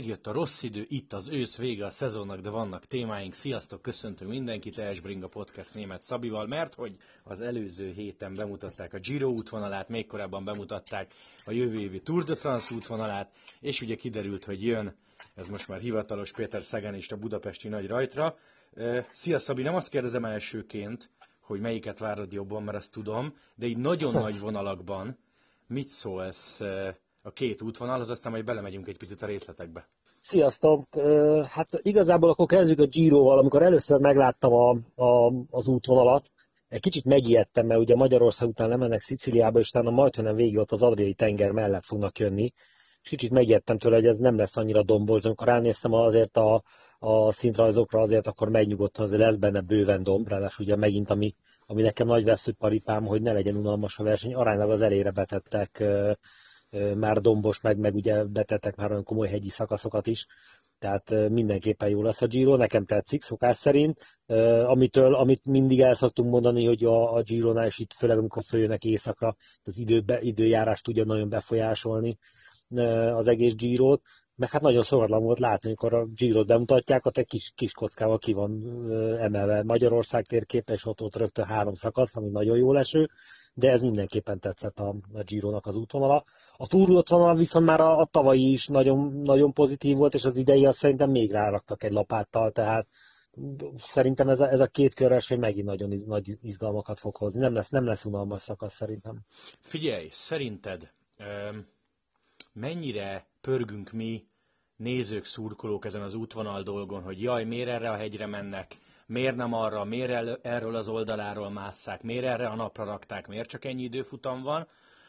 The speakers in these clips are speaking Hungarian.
megjött a rossz idő, itt az ősz, vége a szezonnak, de vannak témáink. Sziasztok, köszöntünk mindenkit, Esbringa Podcast Németh Szabival, mert hogy az előző héten bemutatták a Giro útvonalát, még korábban bemutatták a jövő évi Tour de France útvonalát, és ugye kiderült, hogy jön, ez most már hivatalos, Péter Sagan és a budapesti nagy rajtra. Szia Szabi, nem azt kérdezem elsőként, hogy melyiket várod jobban, mert azt tudom, de így nagyon nagy vonalakban mit szólsz a két útvonalhoz, aztán majd belemegyünk egy picit a részletekbe. Sziasztok! Hát igazából akkor kezdjük a Giroval. Amikor először megláttam az útvonalat, egy kicsit megijedtem, mert ugye Magyarország után lemennek Szicíliába, és utána majdnem végig ott az Adriai tenger mellett fognak jönni. És kicsit megijedtem tőle, hogy ez nem lesz annyira dombos, de amikor ránéztem azért a szintrajzokra, azért akkor megnyugodtam, azért lesz benne bőven domb, ráadásul ugye megint, ami nekem nagy veszőparipám, hogy ne legyen unalmas a verseny, aránylag az elére betettek már dombos, meg ugye betettek már olyan komoly hegyi szakaszokat is, tehát mindenképpen jó lesz a Giro, nekem tetszik szokás szerint, amit mindig el szoktunk mondani, hogy a Gironál is itt, főleg amikor följönnek éjszakra, az időjárást tudja nagyon befolyásolni az egész Girót, meg hát nagyon szokatlan volt látni, amikor a Girot bemutatják, ott egy kis kockával ki van emelve Magyarország térképe, és ott rögtön 3 szakasz, ami nagyon jó eső, de ez mindenképpen tetszett a Gironak az útvonala. A Tour útvonala viszont már a tavalyi is nagyon, nagyon pozitív volt, és az idei azt szerintem még ráraktak egy lapáttal, tehát szerintem ez a két körverseny megint nagyon nagy izgalmakat fog hozni. Nem lesz unalmas szakasz szerintem. Figyelj, szerinted mennyire pörgünk mi, nézők, szurkolók ezen az útvonal dolgon, hogy jaj, miért erre a hegyre mennek, miért nem arra, miért erről az oldaláról másszák, miért erre a napra rakták, miért csak ennyi időfutam van.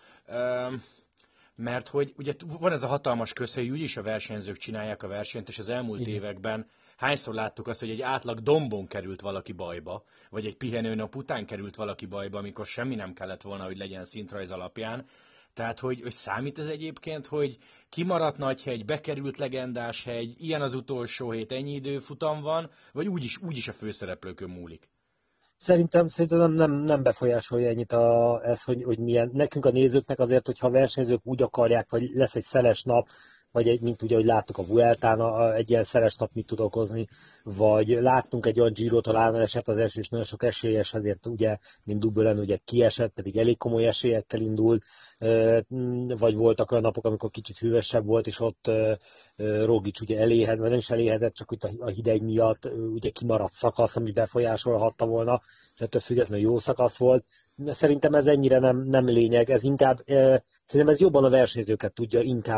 Mert hogy ugye van ez a hatalmas köz, hogy úgyis a versenyzők csinálják a versenyt, és az elmúlt években hányszor láttuk azt, hogy egy átlag dombon került valaki bajba, vagy egy pihenőnap után került valaki bajba, amikor semmi nem kellett volna, hogy legyen szintrajz alapján. Tehát, hogy számít ez egyébként, hogy kimaradt nagy hegy, bekerült legendás hegy, ilyen az utolsó hét, ennyi időfutam van, vagy úgyis a főszereplőkön múlik? Szerintem nem befolyásolja ennyit ez, hogy milyen. Nekünk a nézőknek azért, hogyha a versenyzők úgy akarják, vagy lesz egy szeles nap, vagy mint ugye, hogy láttuk a Vueltán, egy ilyen szeles nap mit tud okozni, vagy láttunk egy olyan Girot, talán esett az eső, és nagyon sok esélyes, azért ugye, mint Dumoulin ugye kiesett, pedig elég komoly esélyekkel indult, vagy voltak olyan napok, amikor kicsit hűvösebb volt, és ott Roglic ugye eléhez, vagy nem is eléhezett, csak itt a hideg miatt ugye kimaradt szakasz, ami befolyásolhatta volna, és ettől függetlenül jó szakasz volt. Szerintem ez ennyire nem lényeg, ez inkább, szerintem ez jobban a versenyzőket tudja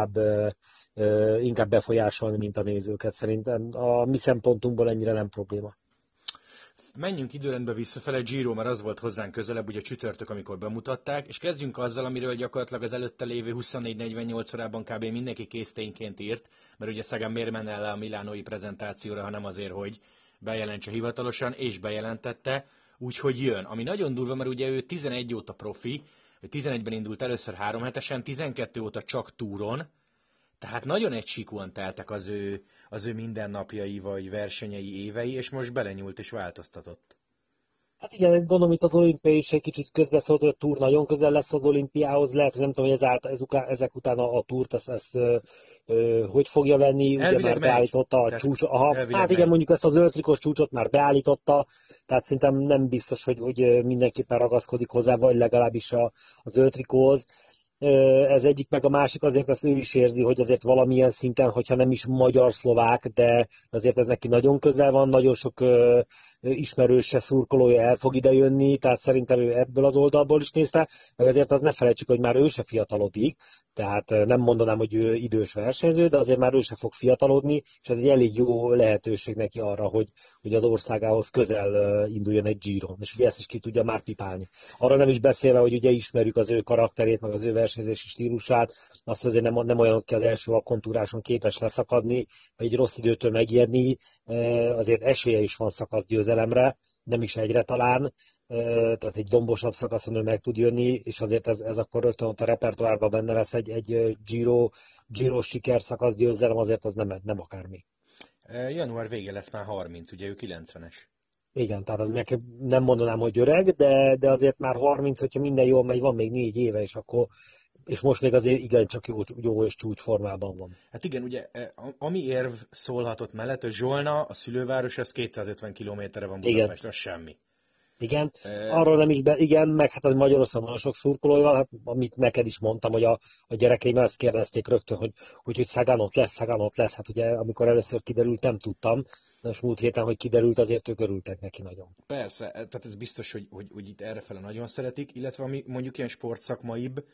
inkább befolyásolni, mint a nézőket. Szerintem a mi szempontunkból ennyire nem probléma. Menjünk időrendbe visszafele, Giro, mert az volt hozzánk közelebb, ugye csütörtök, amikor bemutatták, és kezdjünk azzal, amiről gyakorlatilag az előtte lévő 24-48 órában kb. Mindenki késztényként írt, mert ugye Sagan miért menne el a milánói prezentációra, hanem azért, hogy bejelentse hivatalosan, és bejelentette, úgyhogy jön. Ami nagyon durva, mert ugye ő 11 óta profi, 11-ben indult először 3 hetesen, 12 óta csak túron, tehát nagyon egysíkúan teltek az ő mindennapjai vagy versenyei évei, és most belenyúlt és változtatott. Hát igen, gondolom itt az olimpia is egy kicsit közbeszólt, hogy a Tour nagyon közel lesz az olimpiához, lehet, hogy nem tudom, hogy ezek után a Tourt ezt hogy fogja venni, ugye már beállította a csúcsot, hát igen, mondjuk ezt a zöld trikós csúcsot már beállította, tehát szerintem nem biztos, hogy mindenképpen ragaszkodik hozzá, vagy legalábbis a zöld trikóhoz. Ez egyik, meg a másik azért ezt ő is érzi, hogy azért valamilyen szinten, hogyha nem is magyar-szlovák, de azért ez neki nagyon közel van, nagyon sok ismerőse, szurkolója el fog ide jönni, tehát szerintem ő ebből az oldalból is nézte, meg azért az ne felejtsük, hogy már ő se fiatalodik, tehát nem mondanám, hogy ő idős versenyző, de azért már ő se fog fiatalodni, és ez egy elég jó lehetőség neki arra, hogy az országához közel induljon egy Giron, és ugye ezt is ki tudja már pipálni. Arra nem is beszélve, hogy ugye ismerjük az ő karakterét, meg az ő versenyzési stílusát, azt azért nem olyan, aki az első kontúráson képes leszakadni, vagy egy rossz időtől megijedni, azért esélye is van szakaszgyőzelemre, nem is egyre talán, tehát egy dombosabb szakaszon ő meg tud jönni, és azért ez akkor rögtön ott a repertoárban benne lesz egy Giro sikerszakasz győzelem, azért az nem akármi. Január vége lesz már 30, ugye ő 90-es. Igen, tehát az nem mondanám, hogy öreg, de azért már 30, hogyha minden jól megy, van még 4 éve, és akkor és most még azért igencsak jó és csúcsformában van. Hát igen, ugye, ami érv szólhatott mellett, hogy Zsolna, a szülőváros, az 250 kilométerre van Budapest, az semmi. Igen, arról nem is igen, meg hát az Magyarországon nagyon sok szurkolója, hát, amit neked is mondtam, hogy a gyerekeim ezt kérdezték rögtön, hogy Sagan ott lesz, hát ugye amikor először kiderült, nem tudtam, de most múlt héten, hogy kiderült, azért ők örültek neki nagyon. Persze, tehát ez biztos, hogy itt errefele nagyon szeretik, illetve ami mondjuk ilyen sportszakmaibb,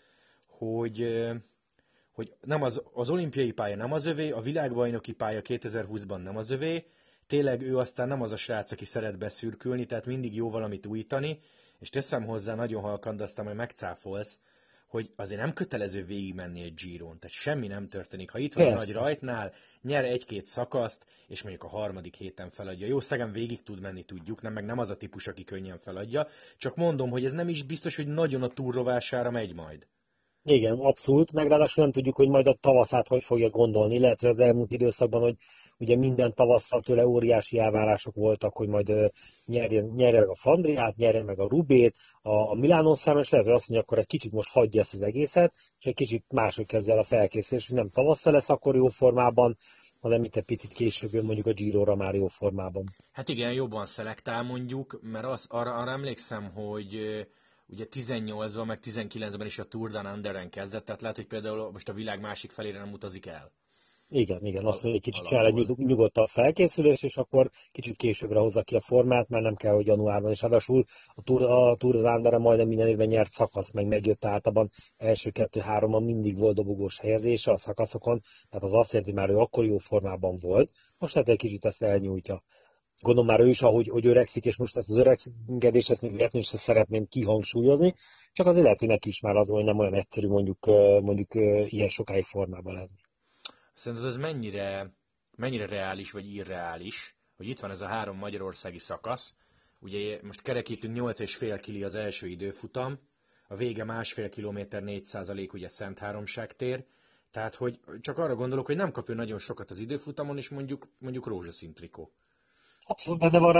hogy nem az olimpiai pálya nem az övé, a világbajnoki pálya 2020-ban nem az övé, tényleg ő aztán nem az a srác, aki szeret beszürkülni, tehát mindig jó valamit újítani, és teszem hozzá nagyon halkan, de aztán majd megcáfolsz, hogy azért nem kötelező végigmenni egy Giron, tehát semmi nem történik. Ha itt van a nagy rajtnál, nyer egy-két szakaszt, és mondjuk a harmadik héten feladja. Jó, Sagan végig tud menni, tudjuk, meg nem az a típus, aki könnyen feladja, csak mondom, hogy ez nem is biztos, hogy nagyon a túlrovására megy majd. Igen, abszolút, meg ráadásul nem tudjuk, hogy majd a tavaszát hogy fogja gondolni. Lehet, hogy az elmúlt időszakban, hogy ugye minden tavasszal tőle óriási elvárások voltak, hogy majd nyerje meg a Flandriát, nyerje meg a Rubét, a Milánon számára, és lehet, hogy azt mondja, akkor egy kicsit most hagyja ezt az egészet, és egy kicsit máshogy kezdje el a felkészülés, hogy nem tavasszal lesz akkor jó formában, hanem itt egy picit később jön mondjuk a Girora már jó formában. Hát igen, jobban szelektál mondjuk, mert arra emlékszem, hogy ugye 18-ban, meg 19-ben is a Tour Down Under-en kezdett, tehát lehet, hogy például most a világ másik felére nem utazik el. Igen, azt mondja, hogy kicsit csinál egy nyugodtabb felkészülés, és akkor kicsit későbbre hozza ki a formát, mert nem kell, hogy januárban. És ráadásul a Tour Down Under-en majdnem minden évben nyert szakasz, meg megjött általában első 2-3-ban mindig volt dobogós helyezése a szakaszokon, tehát az azt jelenti, hogy már ő akkor jó formában volt, most lehet egy kicsit ezt elnyújtja. Gondolom már ő is, ahogy öregszik, és most ezt az öregedést, ezt még véletlenül is szeretném kihangsúlyozni, csak azért lehet, hogy neki is már az, hogy nem olyan egyszerű mondjuk ilyen sokáig formában lenni. Szerinted ez mennyire reális vagy irreális, hogy itt van ez a 3 magyarországi szakasz, ugye most kerekítünk 8,5 km az első időfutam, a vége 1,5 km 4% ugye Szent Háromság tér, tehát hogy csak arra gondolok, hogy nem kapja nagyon sokat az időfutamon, és mondjuk rózsaszín trikó. Abszolút benne van,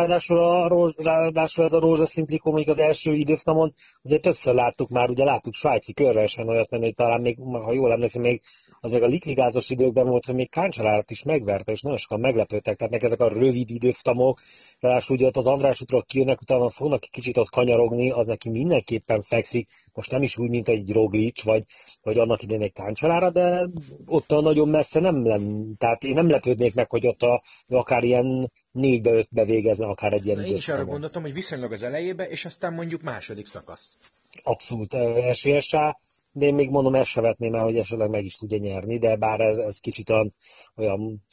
ráadásul ez a rózsaszín trikó, mondjuk az első időfutamon, azért többször láttuk már, ugye láttuk svájci körversenyen olyat menni, hogy talán még, ha jól emlékszem, az még a likvidázós időkben volt, hogy még Cancellárat is megverte, és nagyon sokan meglepődtek, tehát ezek a rövid időfutamok, ráadásul ugye ott az András útról kijönnek, utána fognak kicsit ott kanyarogni, az neki mindenképpen fekszik, most nem is úgy, mint egy Roglic, vagy annak idején egy Cancellara, de ott nagyon messze nem lenne, tehát én nem lepődnék meg, hogy ott akár ilyen 4-5-be végezne akár egy ilyen időszakban. Én is arra gondoltam, hogy viszonylag az elejébe, és aztán mondjuk második szakasz. Abszolút esélyes rá, de én még mondom, ezt se vetném el, hogy esetleg meg is tudja nyerni, de bár ez kicsit olyan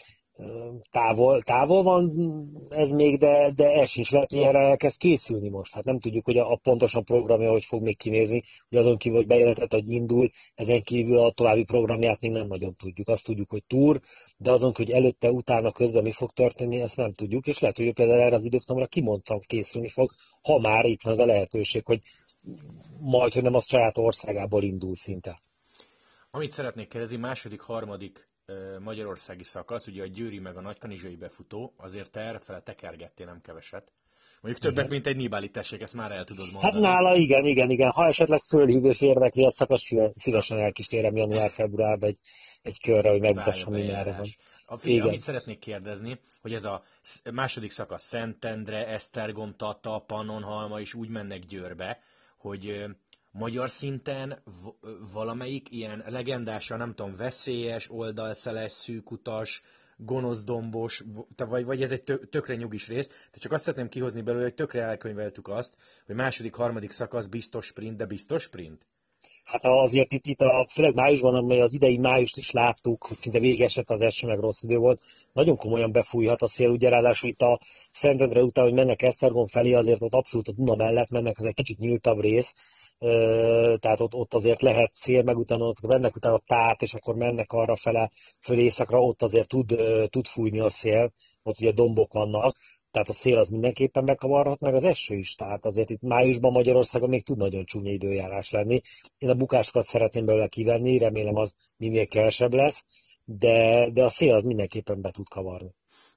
távol van ez még, de ez sincs lehet, hogy erre elkezd készülni most. Hát nem tudjuk, hogy a pontosan programja hogy fog még kinézni, hogy azon kívül, hogy bejelentett, hogy indul, ezen kívül a további programját még nem nagyon tudjuk. Azt tudjuk, hogy túr, de azon, hogy előtte, utána, közben mi fog történni, ezt nem tudjuk, és lehet, hogy ő például erre az időfutamra kimondtam, készülni fog, ha már itt van az a lehetőség, hogy majd, hogy nem az saját országából indul szinte. Amit szeretnék kérdezni, második, harmadik magyarországi szakasz, ugye a győri meg a nagykanizsai befutó, azért te errefele tekergettél nem keveset. Mondjuk többet, mint egy Nibali, tessék, ezt már el tudod mondani. Hát nála igen. Ha esetleg fölhív és érdekli a szakasz, szívesen elkísérem január-februárban egy körre, hogy megmutassam, mi merre van. Amit szeretnék kérdezni, hogy ez a második szakasz Szentendre, Esztergom, Tata, Pannonhalma is úgy mennek Győrbe, hogy magyar szinten valamelyik ilyen legendásra, nem tudom, veszélyes, oldalszeles, szűkutas, gonoszdombos, vagy ez egy tökre nyugis rész, de csak azt szeretném kihozni belőle, hogy tökre elkönyveltük azt, hogy második, harmadik szakasz biztos sprint, de biztos sprint? Hát azért itt főleg májusban, amely az idei májust is láttuk, hogy szinte végesett az eső, meg rossz idő volt, nagyon komolyan befújhat a szél, ugye ráadásul itt a Szentendre után, hogy mennek Esztergom felé, azért ott abszolút a Duna mellett mennek, ez egy kicsit nyíltabb rész, tehát ott azért lehet szél, meg utána ott mennek utána Tát, és akkor mennek arra föl északra, ott azért tud fújni a szél, ott ugye dombok vannak, tehát a szél az mindenképpen bekavarhat, meg az eső is, tehát azért itt májusban Magyarországon még tud nagyon csúnya időjárás lenni. Én a bukásokat szeretném belőle kivenni, remélem az minél kevesebb lesz, de a szél az mindenképpen be tud kavarni.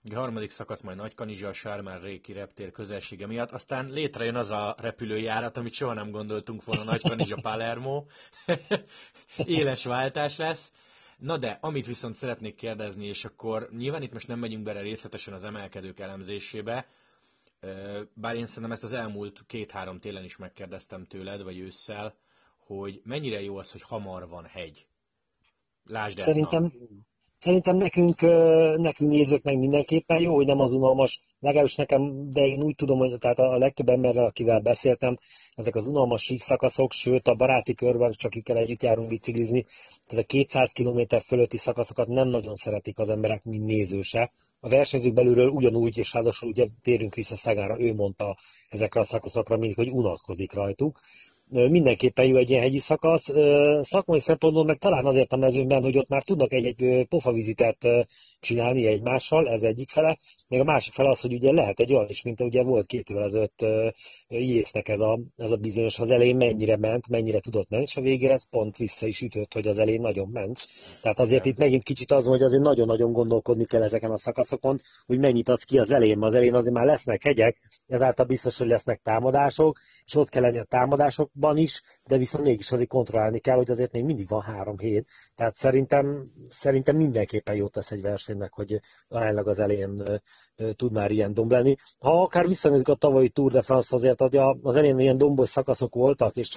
A harmadik szakasz majd Nagykanizsa, a Sármán-Réki reptér közelsége miatt, aztán létrejön az a repülőjárat, amit soha nem gondoltunk volna, Nagykanizsa-Palermo. Éles váltás lesz. Na de, amit viszont szeretnék kérdezni, és akkor nyilván itt most nem megyünk bele részletesen az emelkedők elemzésébe, bár én szerintem ezt az elmúlt 2-3 télen is megkérdeztem tőled, vagy ősszel, hogy mennyire jó az, hogy hamar van hegy. Lásd Etna. Szerintem nekünk nézőknek mindenképpen jó, hogy nem az unalmas, legalábbis nekem, de én úgy tudom, hogy tehát a legtöbb emberrel, akivel beszéltem, ezek az unalmas síkszakaszok, sőt a baráti körben, csak akikkel együtt járunk biciklizni, tehát a 200 km fölötti szakaszokat nem nagyon szeretik az emberek, mint néző se. A versenyzők belülről ugyanúgy, és ráadásul ugye térünk vissza Szegánra, ő mondta ezekre a szakaszokra mindig, hogy unatkozik rajtuk. Mindenképpen jó egy ilyen hegyi szakasz. Szakmai szempontból meg talán azért a mezőnyben, hogy ott már tudnak egy pofavizitet csinálni egymással, ez egyik fele. Még a másik fele az, hogy ugye lehet egy olyan is, mint ugye volt 2 évvel ezelőtt Jéznek ez a bizonyos, az elején mennyire ment, mennyire tudott menni, és a végére ez pont vissza is ütött, hogy az elején nagyon ment. Tehát azért itt megint kicsit az, hogy azért nagyon-nagyon gondolkodni kell ezeken a szakaszokon, hogy mennyit adsz ki az elején, mert az elején azért már lesznek hegyek, ezáltal biztos, hogy lesznek támadások, és ott kell lenni a támadásokban is, de viszont mégis azért kontrollálni kell, hogy azért még mindig van 3 hét. Tehát szerintem mindenképpen jót tesz egy versenynek, hogy aránylag az elején tud már ilyen domb lenni. Ha akár visszanézzük a tavalyi Tour de France, azért az elején ilyen dombos szakaszok voltak, és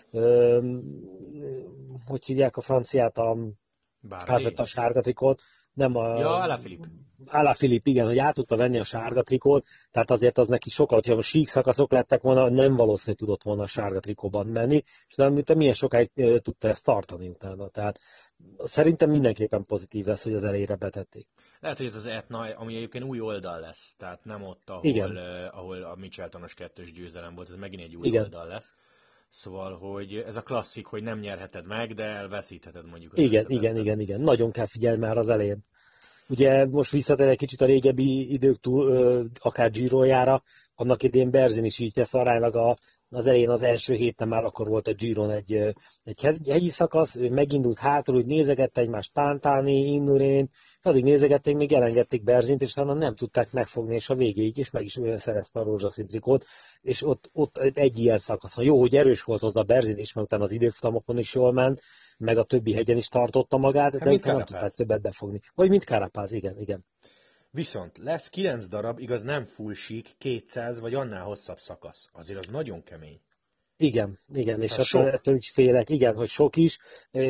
hogy hívják a franciát, a sárga trikót, nem a... Ja, Alaphilippe. Alaphilippe, igen, hogy át tudta venni a sárga trikót, tehát azért az neki sokkal, hogyha a sík szakaszok lettek volna, nem valószínű tudott volna a sárga trikóban menni, és nem milyen sokáig tudta ezt tartani utána. Tehát szerintem mindenképpen pozitív lesz, hogy az elejére betették. Lehet, hogy ez az Etna, ami egyébként új oldal lesz, tehát nem ott, ahol a Mitcheltonos 2-ös győzelem volt, ez megint egy új oldal lesz. Szóval, hogy ez a klasszik, hogy nem nyerheted meg, de elveszítheted mondjuk az Igen. Nagyon kell figyelni már az elején. Ugye most visszatér egy kicsit a régebbi idők túl, akár Girojára, annak idén Berzin is így tesz aránylag az elején az első héten már akkor volt a Giron egy hegyi szakasz, ő megindult hátul, úgy nézegette egymást Pantani, Indurain, addig nézegették, még elengedték Berzint, és utána nem tudták megfogni, és a végéig is meg is szerezte a rózsaszín trikót, és ott egy ilyen szakasz. Jó, hogy erős volt hozzá Berzin is, mert utána az időfutamokon is jól ment, meg a többi hegyen is tartotta magát, de utána nem tudták többet befogni. Vagy mint Carapaz, igen. Viszont lesz 9 darab, igaz nem full sík, 200 vagy annál hosszabb szakasz. Azért az nagyon kemény. Igen, és ettől is félek, igen, hogy sok is,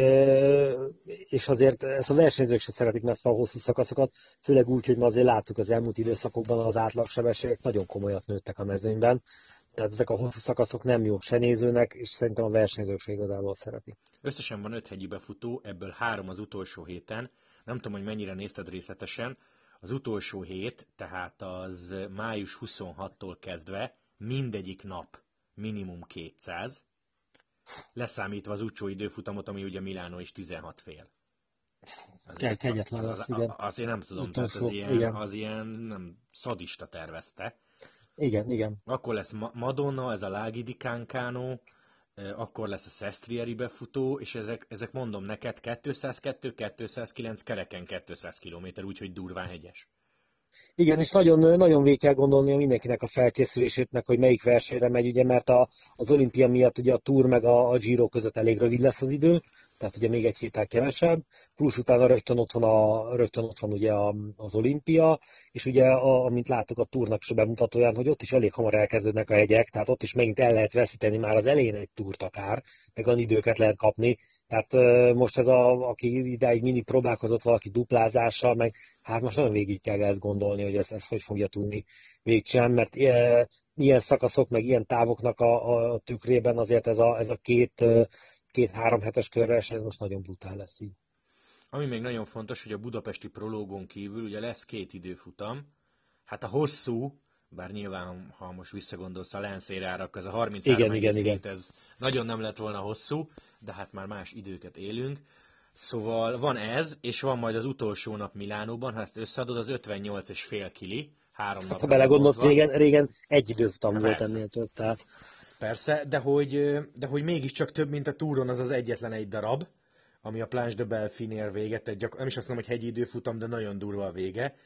és azért ezt a versenyzők sem szeretik ezt a hosszú szakaszokat, főleg úgy, hogy ma azért láttuk az elmúlt időszakokban az átlagsebességek nagyon komolyat nőttek a mezőnyben, tehát ezek a hosszú szakaszok nem jók se nézőnek, és szerintem a versenyzők se igazából szeretik. Összesen van 5 hegyi befutó, ebből 3 az utolsó héten, nem tudom, hogy mennyire nézted részletesen, az utolsó hét, tehát az május 26-tól kezdve mindegyik nap minimum 200, leszámítva az utcsó időfutamot, ami ugye Milánó is 16 fél. Kegyetlen az, igen. Azt én nem tudom, tehát az ilyen nem, szadista tervezte. Igen. Akkor lesz Madonna, ez a Laghi di Cancano, akkor lesz a Sestrieri befutó, és ezek mondom neked 202, 209, kereken 200 km, úgyhogy durván hegyes. Igen, és nagyon végig kell gondolnia mindenkinek a felkészülésétnek, hogy melyik versenyre megy, ugye, mert az olimpia miatt ugye a Tour meg a Giro között elég rövid lesz az idő, tehát ugye még egy héttel kevesebb, plusz utána rögtön ott van ugye az olimpia, és ugye, amint láttuk a Tournak is a bemutatóján, hogy ott is elég hamar elkezdődnek a hegyek, tehát ott is megint el lehet veszíteni már az elején egy túrt akár, meg olyan időket lehet kapni, tehát most ez aki idáig mindig próbálkozott valaki duplázással, meg hát most nagyon végig kell ezt gondolni, hogy ezt hogy fogja tudni végigcsinálni, mert ilyen szakaszok, meg ilyen távoknak a tükrében azért ez a két-három hetes körres, ez most nagyon brutál lesz így. Ami még nagyon fontos, hogy a budapesti prológon kívül ugye lesz 2 időfutam, hát a hosszú, bár nyilván, ha most visszagondolsz a Lenszére, akkor ez a 33,7, ez nagyon nem lett volna hosszú, de hát már más időket élünk. Szóval van ez, és van majd az utolsó nap Milánóban, ha ezt összeadod, az 58,5 kili, 3 napra. Ha belegondolsz, régen egy időfutam volt ennél több, tehát... Persze, de hogy mégiscsak több, mint a túron az egyetlen egy darab, ami a Planche de Belfi-nél véget, nem is azt mondom, hogy hegyi időfutam, de nagyon durva a vége.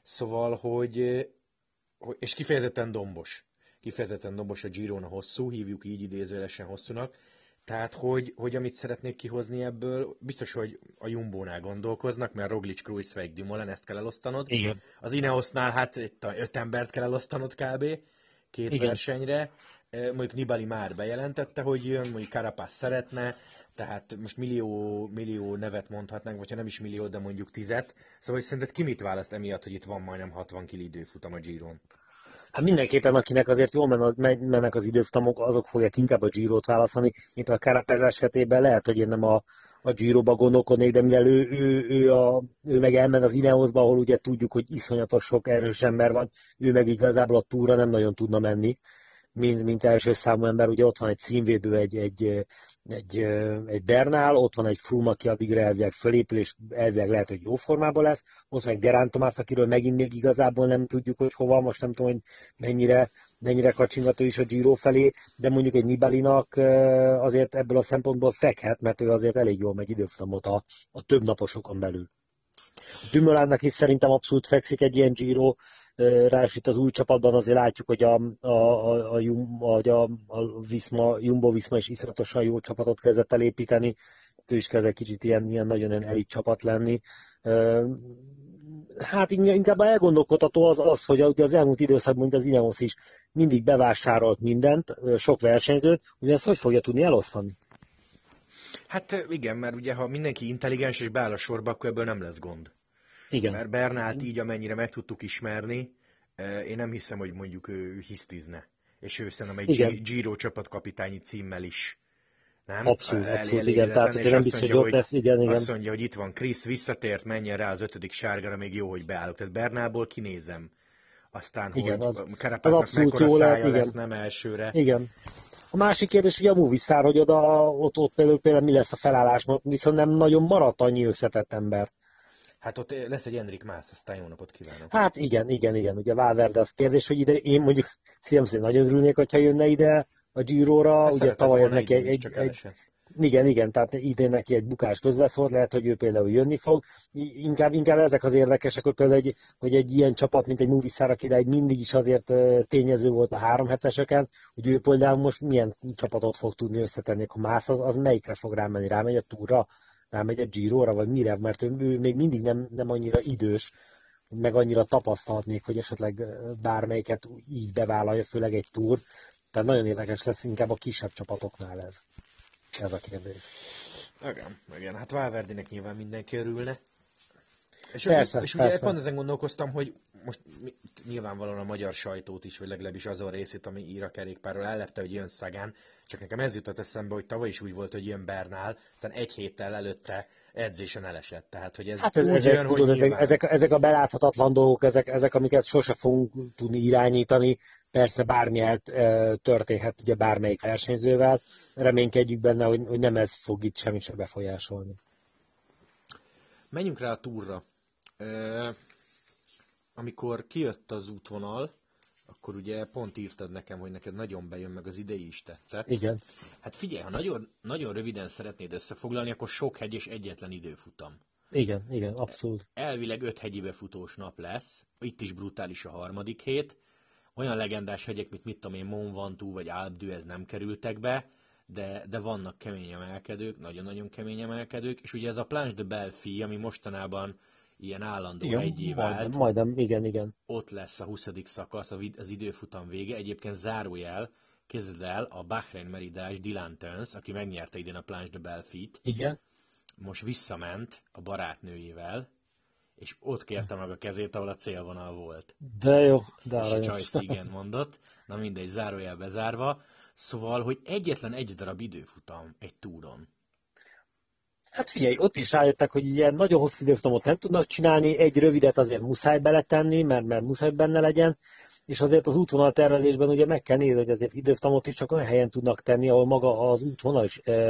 Szóval, és kifejezetten dombos. Kifejezetten dombos a Giron a hosszú, hívjuk így idézőjelesen hosszúnak. Tehát, hogy amit szeretnék kihozni ebből, biztos, hogy a Jumbónál gondolkoznak, mert Roglic, Kruijswijk, Dumoulin, ezt kell elosztanod. Igen. Az Ineosnál hát itt 5 embert kell elosztanod kb. Két Igen. versenyre. Mondjuk Nibali már bejelentette, hogy jön, mondjuk Carapaz szeretne, tehát most millió nevet mondhatnánk, vagy ha nem is millió, de mondjuk 10. Szóval, hogy szerinted ki mit választ emiatt, hogy itt van majdnem 60 km időfutam a Giron? Hát mindenképpen, akinek azért jól mennek az időfutamok, azok fogják inkább a Girót választani, mint a Carapaz esetében lehet, hogy én nem a Giróba gondolkodnék, de mivel ő meg elmen az Ineosba, ahol ugye tudjuk, hogy iszonyatos sok erős ember van, ő meg igazából a túra nem nagyon tudna menni, mint első számú ember, ugye ott van egy címvédő, egy Bernal, ott van egy Froome, aki addigra elvileg fölépül, és elvileg lehet, hogy jó formában lesz, ott van egy Geraint Thomas, akiről megint még igazából nem tudjuk, hogy hova, most nem tudom, hogy mennyire kacsingató is a Giro felé, de mondjuk egy Nibalinak azért ebből a szempontból fekhet, mert ő azért elég jól megy időfutamot a több naposokon belül. A Dumoulinnak is szerintem abszolút fekszik egy ilyen Giro, ráadásul itt az új csapatban azért látjuk, hogy a Jumbo-Visma is iszonyatosan jó csapatot kezdett elépíteni, ő is kezdett kicsit ilyen nagyon elit csapat lenni. Hát inkább elgondolkodható az, hogy az elmúlt időszakban, mint az Ineos is mindig bevásárolt mindent, sok versenyzőt, hogy ezt hogy fogja tudni elosztani? Hát igen, mert ugye ha mindenki intelligens és beáll a sorba, akkor ebből nem lesz gond. Igen. Mert Bernált így, amennyire meg tudtuk ismerni, én nem hiszem, hogy mondjuk ő hisztizne. És ő szerintem egy Giro csapatkapitányi címmel is. Nem? Abszolút, igen. Tehát, hogy nem biztos, hogy ott lesz, igen. Azt mondja, hogy itt van Chris, visszatért, menjen rá az 5. sárgára, még jó, hogy beállok. Tehát Bernálból kinézem. Aztán, igen, hogy Carapaznak mekkora szája lesz, nem elsőre. Igen. A másik kérdés, hogy a Movistar, hogy ott például mi lesz a felállás, viszont nem nagyon maradt annyi összetett ember. Hát ott lesz egy Enric Mas, aztán jó napot kívánok. Hát igen. Ugye Valverde az kérdés, hogy ide én mondjuk szívem nagyon örülnék, hogyha jönne ide a Giro-ra. Ugye tavaly neki igen, tehát idén neki egy bukás közbeszólt, lehet, hogy ő például jönni fog. Inkább ezek az érdekesek, hogy például hogy egy ilyen csapat, mint egy Movistar, aki egy mindig is azért tényező volt a 3 heteseken, hogy ő például most milyen csapatot fog tudni összetenni, a Mas az melyikre fog rámenni, rámegy a Tourra, rámegy a Giro-ra, vagy mire, mert ő még mindig nem annyira idős, meg annyira tapasztalt még, hogy esetleg bármelyiket így bevállalja, főleg egy Tour. Tehát nagyon érdekes lesz inkább a kisebb csapatoknál ez a kérdés. Igen. Hát Valverdinek nyilván mindenki örülne. Persze. Ugye pont ezen gondolkoztam, hogy most nyilvánvalóan a magyar sajtót is, vagy legalábbis azon részét, ami ír a kerékpárról, ellepte, hogy jön Sagan, csak nekem ez jutott eszembe, hogy tavaly is úgy volt, hogy jön Bernal, aztán egy héttel előtte edzésen elesett. Tehát, hogy ezek a beláthatatlan dolgok, ezek, amiket sose fogunk tudni irányítani, persze bármi történhet ugye bármelyik versenyzővel, reménykedjük benne, hogy nem ez fog itt semmit se befolyásolni. Menjünk rá a Tourra. Amikor kijött az útvonal, akkor ugye pont írtad nekem, hogy neked nagyon bejön, meg az idei is tetszett. Igen. Hát figyelj, ha nagyon, nagyon röviden szeretnéd összefoglalni, akkor sok hegy és egyetlen időfutam. Igen, abszolút. Elvileg 5 hegyi befutós nap lesz, itt is brutális a harmadik hét. Olyan legendás hegyek, mint mit tudom én, Mont Ventoux vagy Alpe d'Huez nem kerültek be, de vannak kemény emelkedők, nagyon-nagyon kemény emelkedők, és ugye ez a Planche de Belfi, ami mostanában ilyen állandó heggyé vált. Majdnem, igen. Ott lesz a 20. szakasz, az időfutam vége. Egyébként zárójel, kezded el a Bahrein Meridás Dylan Teuns, aki megnyerte idén a Planche de Belfit. Igen. Most visszament a barátnőjével, és ott kérte meg a kezét, ahol a célvonal volt. De jó, de és a Csajci igen mondott. Na mindegy, zárójel bezárva. Szóval, hogy egyetlen egy darab időfutam egy túron. Hát figyelj, ott is rájöttek, hogy ilyen nagyon hosszú időfutamot nem tudnak csinálni, egy rövidet azért muszáj beletenni, mert muszáj benne legyen, és azért az útvonal tervezésben ugye meg kell nézni, hogy azért időfutamot is csak olyan helyen tudnak tenni, ahol maga az útvonal is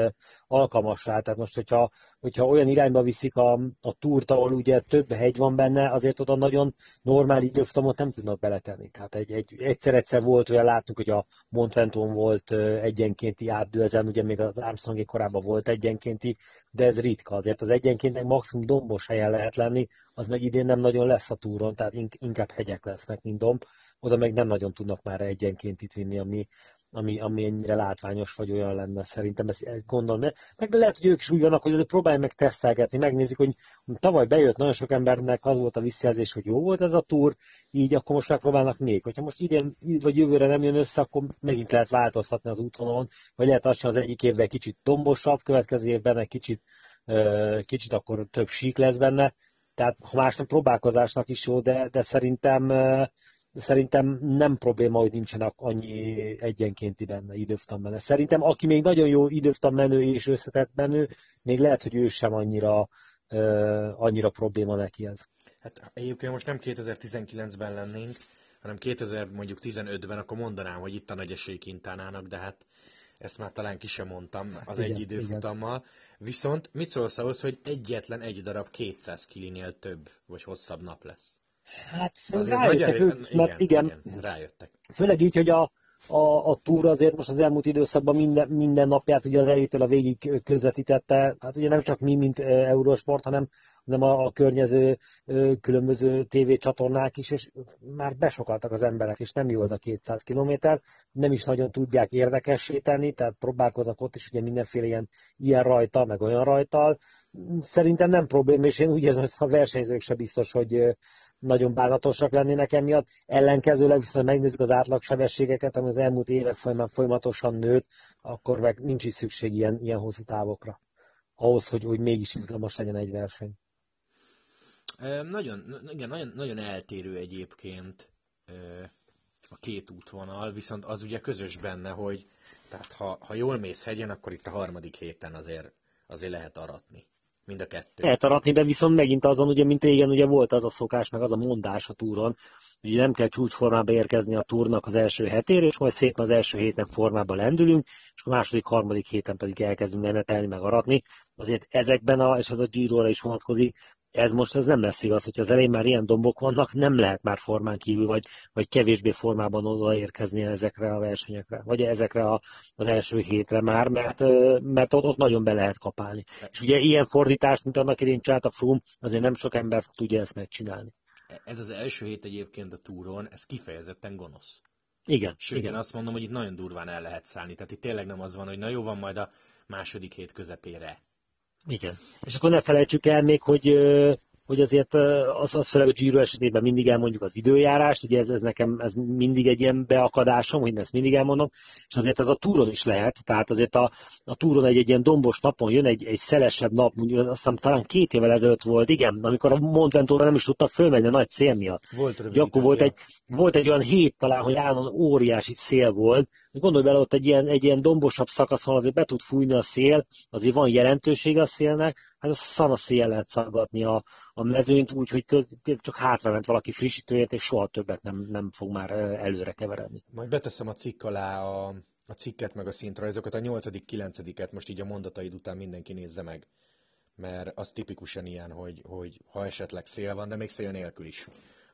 alkalmas rá. Tehát most, hogyha olyan irányba viszik a túrt, ahol ugye több hegy van benne, azért oda nagyon normál időfutamot nem tudnak beletenni. Tehát egyszer volt olyan, láttuk, hogy a Mont Ventoux volt egyenkénti átdő, ezen ugye még az Armstrongi korában volt egyenkénti, de ez ritka. Azért az egyenkéntnek maximum dombos helyen lehet lenni, az meg idén nem nagyon lesz a túron, tehát inkább hegyek lesznek, mint domb. Oda meg nem nagyon tudnak már egyenként itt vinni, ami ennyire látványos vagy olyan lenne. Szerintem ezt gondolom. Meg lehet, hogy ők is úgy vannak, hogy próbálják meg tesztelgetni, megnézik, hogy tavaly bejött, nagyon sok embernek az volt a visszajelzés, hogy jó volt ez a túr, így akkor most megpróbálnak még. Hogyha most idén vagy jövőre nem jön össze, akkor megint lehet változtatni az útvonalon, vagy lehet az, hogy az egyik évben kicsit dombosabb, következő évben egy kicsit akkor több sík lesz benne. Tehát ha másnak próbálkozásnak is jó, de szerintem nem probléma, hogy nincsenek annyi egyenkénti benne, időfutam benne. Szerintem aki még nagyon jó időfutam menő és összetett menő, még lehet, hogy ő sem annyira probléma neki ez. Hát egyébként most nem 2019-ben lennénk, hanem 2015-ben, akkor mondanám, hogy itt a nagy esély Quintánának, de hát ezt már talán ki sem mondtam az egy időfutammal. Viszont mit szólsz ahhoz, hogy egyetlen egy darab 200 kilinél több vagy hosszabb nap lesz? Hát rájöttek ők, mert igen, rájöttek. Főleg így, hogy a túra azért most az elmúlt időszakban minden napját ugye az elejétől a végig közvetítette, hát ugye nem csak mi, mint Eurosport, hanem a környező különböző tévécsatornák is, és már besokaltak az emberek, és nem jó az a 200 kilométer, nem is nagyon tudják érdekessé tenni, tehát próbálkoznak ott is ugye mindenféle ilyen rajta, meg olyan rajtal. Szerintem nem probléma, és én úgy érzem, hogy a versenyzők se biztos, hogy nagyon bánatosak lennének emiatt. Ellenkezőleg viszont megnézzük az átlagsebességeket, ami az elmúlt évek folyamán folyamatosan nőtt, akkor meg nincs is szükség ilyen hosszú távokra. Ahhoz, hogy mégis izgalmas legyen egy verseny. Nagyon eltérő egyébként a két útvonal, viszont az ugye közös benne, hogy tehát ha jól mész hegyen, akkor itt a harmadik héten azért lehet aratni. Mind a kettő. Lehet aratni, de viszont megint azon, ugye, mint régen ugye volt az a szokás, meg az a mondás a túron, hogy nem kell csúcsformába érkezni a túrnak az első hetére, és majd szépen az első héten formába lendülünk, és a második, harmadik héten pedig elkezdünk menetelni, meg aratni. Azért ezekben, és az a Giro-ra is vonatkozik, ez nem lesz igaz, hogyha az elején már ilyen dombok vannak, nem lehet már formán kívül, vagy kevésbé formában odaérkezni ezekre a versenyekre, vagy ezekre az első hétre már, mert ott nagyon be lehet kapálni. És ugye ilyen fordítást, mint annak idén csinált a Froome, azért nem sok ember tudja ezt megcsinálni. Ez az első hét egyébként a túron, ez kifejezetten gonosz. Igen. Sőt, igen. Én azt mondom, hogy itt nagyon durván el lehet szállni. Tehát itt tényleg nem az van, hogy na jó, van majd a második hét közepére. Igen. És akkor ne felejtsük el még, hogy azért az főleg a Giro esetében mindig elmondjuk az időjárást, ugye ez nekem ez mindig egy ilyen beakadásom, hogy ezt mindig elmondom, és azért ez a túron is lehet, tehát azért a túron egy ilyen dombos napon jön egy szelesebb nap, azt hiszem talán 2 évvel ezelőtt volt, igen, amikor a Mont Ventousra nem is tudtak fölmenni a nagy szél miatt. Akkor volt egy olyan hét talán, hogy állandóan óriási szél volt, gondolj bele, ott egy ilyen dombosabb szakaszon azért be tud fújni a szél, azért van jelentősége a szélnek, hát a szana szél lehet szaggatni a mezőnyt, úgyhogy csak hátrament valaki frissítőjét, és soha többet nem fog már előre keveredni. Majd beteszem a cikk alá a cikket, meg a szintrajzokat, a 8.-9. most így a mondataid után mindenki nézze meg, mert az tipikusan ilyen, hogy ha esetleg szél van, de még szél nélkül is.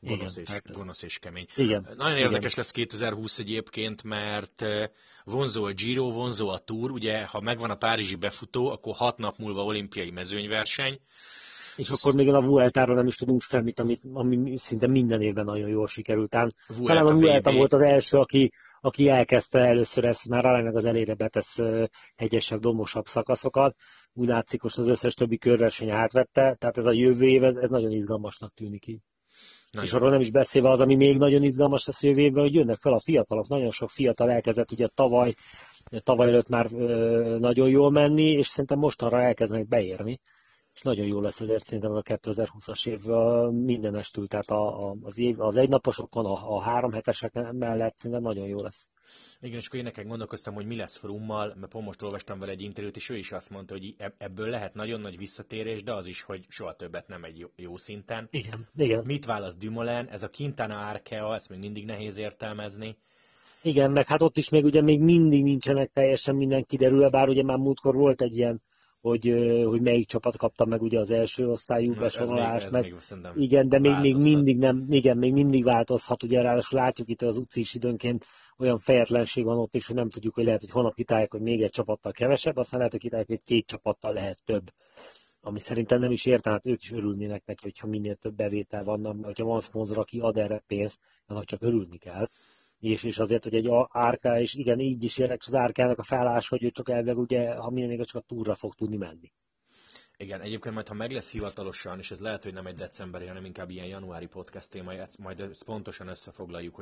Gonosz és kemény. Igen, nagyon érdekes lesz 2020 egyébként, mert vonzó a Giro, vonzó a Tour, ugye ha megvan a párizsi befutó, akkor 6 nap múlva olimpiai mezőnyverseny. És akkor még a Vueltáról nem is tudunk semmit, ami szinte minden évben nagyon jól sikerült. Talán a Vuelta volt az első, aki elkezdte először ezt, már aránylag az elére betesz hegyesebb, dombosabb szakaszokat. Úgy látszik, most az összes többi körverseny átvette, tehát ez a jövő év, ez nagyon izgalmasnak tűnik így. És arról nem is beszélve az, ami még nagyon izgalmas lesz jövő évben, hogy jönnek fel a fiatalok. Nagyon sok fiatal elkezdett ugye tavaly előtt már nagyon jól menni, és szerintem mostanra elkezdenek beérni. És nagyon jó lesz ezért szerintem a 2020-as év mindenestül, tehát az egynaposokon, a 3 hetesek mellett szerintem nagyon jó lesz. Igen, és akkor én nekem gondolkoztam, hogy mi lesz Froome-mal, mert pont most olvastam vele egy interjút, és ő is azt mondta, hogy ebből lehet nagyon nagy visszatérés, de az is, hogy soha többet nem egy jó szinten. Igen. Mit választ Dumoulin? Ez a Quintana Arkea, ezt még mindig nehéz értelmezni. Igen, meg hát ott is még mindig nincsenek teljesen minden kiderülve, bár ugye már múltkor volt egy ilyen, hogy melyik csapat kapta meg ugye az első osztályú besorolást, ez még szerintem igen, de még változhat. mindig nem, igen, még mindig változhat, ugye ráadásul látjuk itt az UCI is időnként olyan fejetlenség van ott is, hogy nem tudjuk, hogy lehet, hogy holnap kitálják, hogy még egy csapattal kevesebb, aztán lehet, hogy kitálják, hogy 2 csapattal lehet több. Ami szerintem nem is értem, hát ők is örülnének neki, hogyha minél több bevétel vannak, mert hogyha van szponzor, aki ad erre pénzt, annak csak örülni kell. És azért, hogy egy árka, és igen, így is érdekes az árkának a felállás, hogy ő csak elvileg ugye, ha minden csak a túra fog tudni menni. Igen, egyébként majd, ha meg lesz hivatalosan, és ez lehet, hogy nem egy decemberi, hanem inkább ilyen januári podcast téma, majd ezt pontosan összefoglaljuk,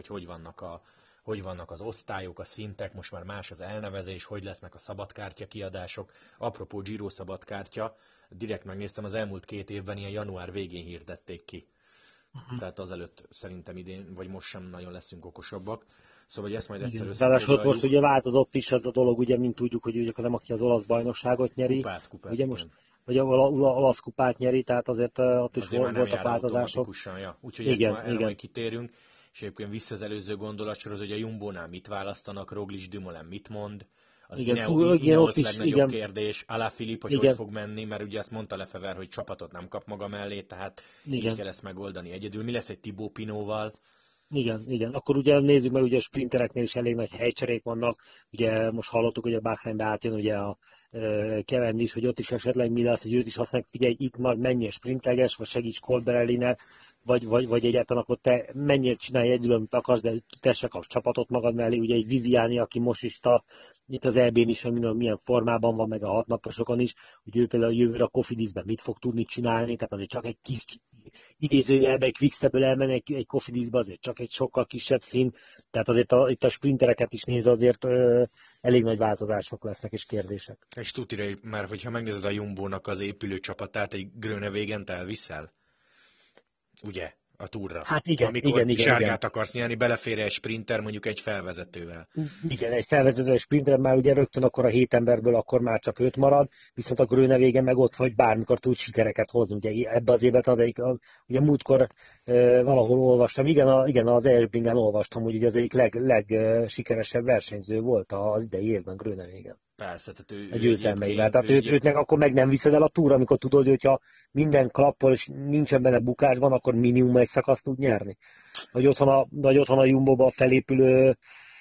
hogy vannak az osztályok, a szintek, most már más az elnevezés, hogy lesznek a szabadkártya kiadások. Apropó Giro szabadkártya, direkt megnéztem, az elmúlt 2 évben ilyen január végén hirdették ki. Tehát azelőtt szerintem idén, vagy most sem nagyon leszünk okosabbak. Szóval, hogy ezt majd egyszer összefoglaljuk. Most ugye változott is ez a dolog, ugye, mint tudjuk, hogy ugye nem aki az olasz bajnokságot nyeri. Kupát, ugye most, vagy a olasz kupát nyeri, tehát azért ott is voltak változások. Ja. Úgyhogy erre majd kitérünk. És egyébként vissza az előző gondolatsorhoz, hogy a Jumbónál mit választanak, Roglic, Dumoulin mit mond. Az Ineos legnagyobb kérdés, Alaphilippe, hogy fog menni, mert ugye azt mondta Lefever, hogy csapatot nem kap maga mellé, tehát így kell ezt megoldani egyedül. Mi lesz egy Thibaut Pinotval? Igen. Akkor ugye nézzük meg, ugye a sprintereknél is elég nagy helycserék vannak. Ugye most hallottuk, hogy a Bahreinbe átjön ugye a Cavendish, hogy ott is esetleg mi lesz, hogy őt is használják, figyelj, itt már mennyire sprinteges, vagy segíts Colbrellinek, vagy egyáltalán akkor te mennyire csinálj egyedül, amit akarsz, de te se kapsz csapatot magad mellé. Ugye egy Viviani, aki most is itt az EB-n is, hogy milyen formában van, meg a 6 naposokon is, hogy ő például a jövőre a Cofidisben mit fog tudni csinálni, tehát azért csak egy kis idézőjelben egy Quickstepből elmenni egy Cofidisbe, azért csak egy sokkal kisebb szín, tehát azért itt a sprintereket is néz, azért elég nagy változások lesznek és kérdések. És tutira, már hogyha megnézed a Jumbónak az épülő csapatát, egy Groenewegent elviszel? Ugye? A túrra. Hát igen, amikor sárgát akarsz nyerni, belefér egy sprinter mondjuk egy felvezetővel. Igen, egy felvezető sprinter, már ugye rögtön akkor a 7 emberből akkor már csak 5 marad, viszont a Groenewegen meg ott vagy bármikor tud sikereket hozni. Ugye ebbe az évben ugye múltkor valahol olvastam, igen, az Airbingen olvastam, hogy ugye az egyik legsikeresebb versenyző volt az idei évben Groenewegen. Persze, tehát a győzelmeivel. Tehát őt meg akkor meg nem viszed el a túra, amikor tudod, hogyha minden klappol és nincsen benne bukásban, akkor minimum egy szakaszt tud nyerni. Vagy otthon a Jumbo-ba felépülő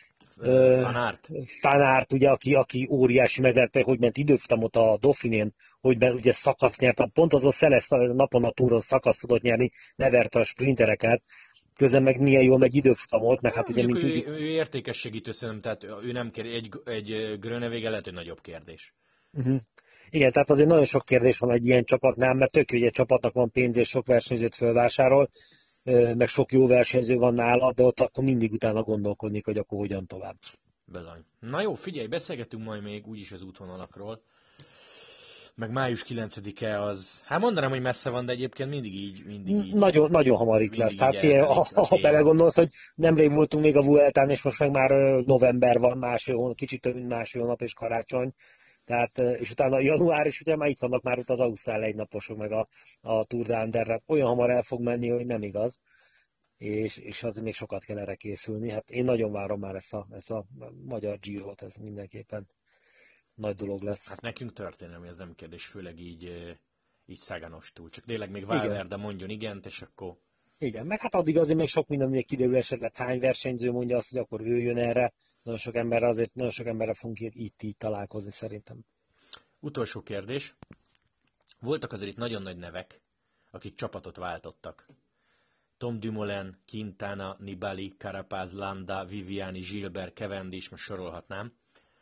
Fanart, ugye, aki óriási meglepte, hogy ment időfutamot a Dauphinén, hogy ugye szakaszt nyert, pont az a Szeles napon a túron szakaszt tudott nyerni, leverte a sprintereket, közben meg milyen jól megy időfutamot, meg hát ugye mint tudjuk. Ő értékes segítő szerintem, tehát ő nem egy Groenewegen lehet, hogy nagyobb kérdés. Igen, tehát azért nagyon sok kérdés van egy ilyen csapatnál, mert tök jó, hogy egy csapatnak van pénz és sok versenyzőt fölvásárol, meg sok jó versenyző van nála, de ott akkor mindig utána gondolkodnék, hogy akkor hogyan tovább. Bizony. Na jó, figyelj, beszélgetünk majd még úgyis az útvonalakról. Meg május 9-e az, hát mondanám, hogy messze van, de egyébként mindig így. Nagyon, nagyon hamar itt lesz. Hát ha belegondolsz, hogy nemrég voltunk még a Vueltán, és most meg már november van, kicsit több mint másfél hónap és karácsony. Tehát, és utána január, és ugye már itt vannak már ott az Ausztrál egynaposok, meg a Tour de Anderre. Olyan hamar el fog menni, hogy nem igaz. És azért még sokat kell erre készülni. Hát én nagyon várom már ezt a magyar Girot, ez mindenképpen nagy dolog lesz. Hát nekünk történelmi, ez nem kérdés, főleg így Száganostul. Csak tényleg még Valverde mondjon igent, és akkor... Igen, meg hát addig azért még sok minden még kiderül, esetleg hány versenyző mondja azt, hogy akkor ő jön erre. Nagyon sok emberre fogunk itt így találkozni szerintem. Utolsó kérdés. Voltak azért itt nagyon nagy nevek, akik csapatot váltottak. Tom Dumoulin, Quintana, Nibali, Carapaz, Landa, Viviani, Gilbert, Cavendish, most sorolhatnám.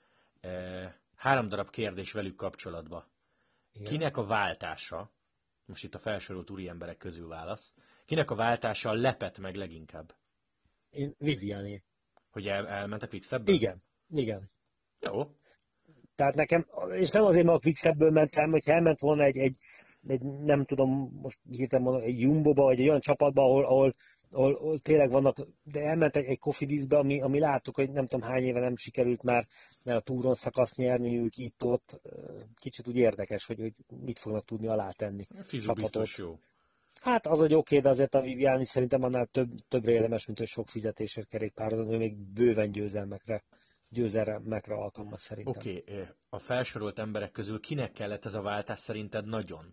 3 darab kérdés velük kapcsolatban. Igen. Kinek a váltása, most itt a felsorolt úriemberek közül válasz, kinek a váltása lepett meg leginkább? Én Viviani. Hogy elment a Quickstepből? Igen. Jó. Tehát nekem, és nem azért, mert a Quickstepből mentem, hogyha elment volna egy nem tudom, most hirtelen mondom, egy Jumbo-ba, vagy egy olyan csapatba, ahol tényleg vannak, de elment egy Cofidisbe, ami láttuk, hogy nem tudom hány éve nem sikerült már a túron szakaszt nyerni, ők itt-ott. Kicsit úgy érdekes, hogy mit fognak tudni alátenni. Fizó biztos jó. Hát az, hogy oké, de azért a Viviani szerintem annál többre érdemes, mint hogy sok fizetésért kerékpározon, ő még bőven győzelmekre alkalmas szerintem. Oké, a felsorolt emberek közül kinek kellett ez a váltás szerinted nagyon?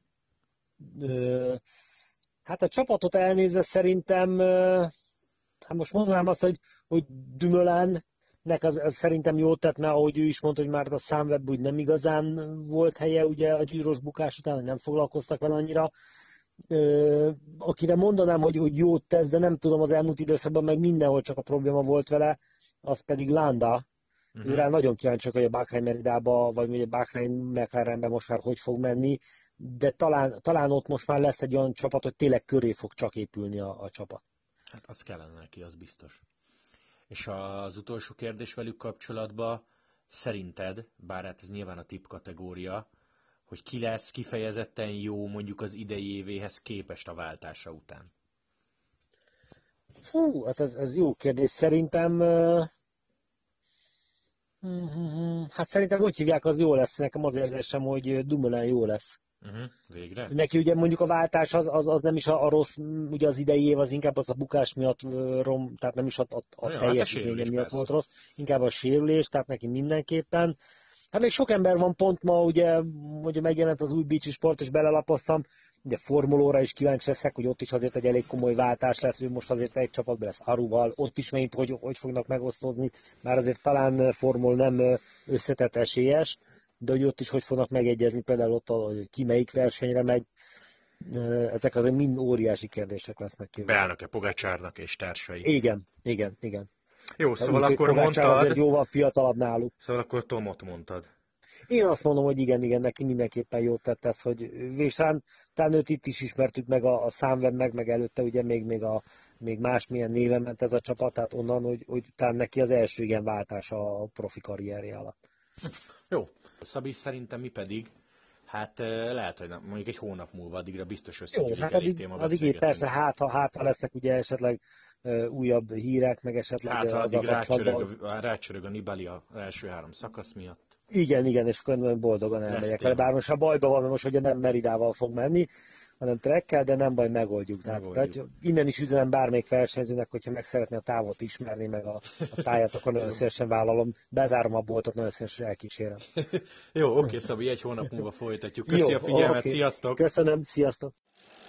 Hát a csapatot elnézve szerintem, hát most mondanám azt, hogy Dumoulin-nek az szerintem jót tett, mert ahogy ő is mondta, hogy már a Sunweb úgy nem igazán volt helye ugye a gyűrós bukás után, hogy nem foglalkoztak vele annyira. Akire mondanám, hogy jót tesz, de nem tudom, az elmúlt időszakban meg mindenhol csak a probléma volt vele, az pedig Landa. Őrá nagyon kíváncsiak, hogy a Bahrain Meridába, vagy ugye Bahrain McLarenben most már hogy fog menni, de talán ott most már lesz egy olyan csapat, hogy tényleg köré fog csak épülni a csapat. Hát az kellene neki, az biztos. És az utolsó kérdés velük kapcsolatban, szerinted, bár hát ez nyilván a tipp kategória, hogy ki lesz kifejezetten jó mondjuk az idei évéhez képest a váltása után? Fú, hát ez jó kérdés. Szerintem hát szerintem úgy hívják, az jó lesz. Nekem az érzésem, hogy Dumoulin jó lesz. Végre? Neki ugye mondjuk a váltás az nem is a rossz, ugye az idei év az inkább az a bukás miatt tehát nem is a teljesítménye miatt volt rossz, inkább a sérülés, tehát neki mindenképpen. Hát még sok ember van pont ma, ugye megjelent az új Beachy Sport, és belelapoztam, ugye Formulóra is kíváncsi leszek, hogy ott is azért egy elég komoly váltás lesz, ő most azért egy csapatban lesz Aruval, ott is megint hogy fognak megosztozni, már azért talán Formul nem összetett esélyes, de hogy ott is hogy fognak megegyezni, például ott, hogy ki melyik versenyre megy, ezek azért mind óriási kérdések lesznek. Beállnak-e Pogacsárnak és társai? Igen. Jó, szóval akkor mondtad... azért jóval fiatalabb náluk. Szóval akkor Tomot mondtad. Én azt mondom, hogy igen, neki mindenképpen jót tett ez, hogy talán őt itt is ismertük meg a Sunweb meg előtte ugye még másmilyen néven ment ez a csapat, tehát onnan, hogy talán neki az első igen váltás a profi karrierje alatt. Jó. Szabi, szerintem mi pedig, hát lehet, hogy nem, mondjuk egy hónap múlva addigra biztos összegyűlik hát elég téma addig persze, hát ha lesznek ugye esetleg újabb hírek, meg esetleg hát ha addig rácsörög a Nibali az első 3 szakasz miatt. Igen, és akkor boldogan elmegyek vele. Bár most a bajban van, mert most ugye nem Meridával fog menni, hanem trekkel, de nem baj, megoldjuk. Tehát innen is üzenem bármelyik versenyzőnek, hogyha meg szeretné a távot ismerni, meg a táját, akkor nagyon szívesen vállalom. Bezárom a boltot, nagyon szívesen elkísérem. Jó, oké, Szabi, egy hónap múlva folytatjuk. Köszi a figyelmet, sziasztok! Köszönöm, sziasztok!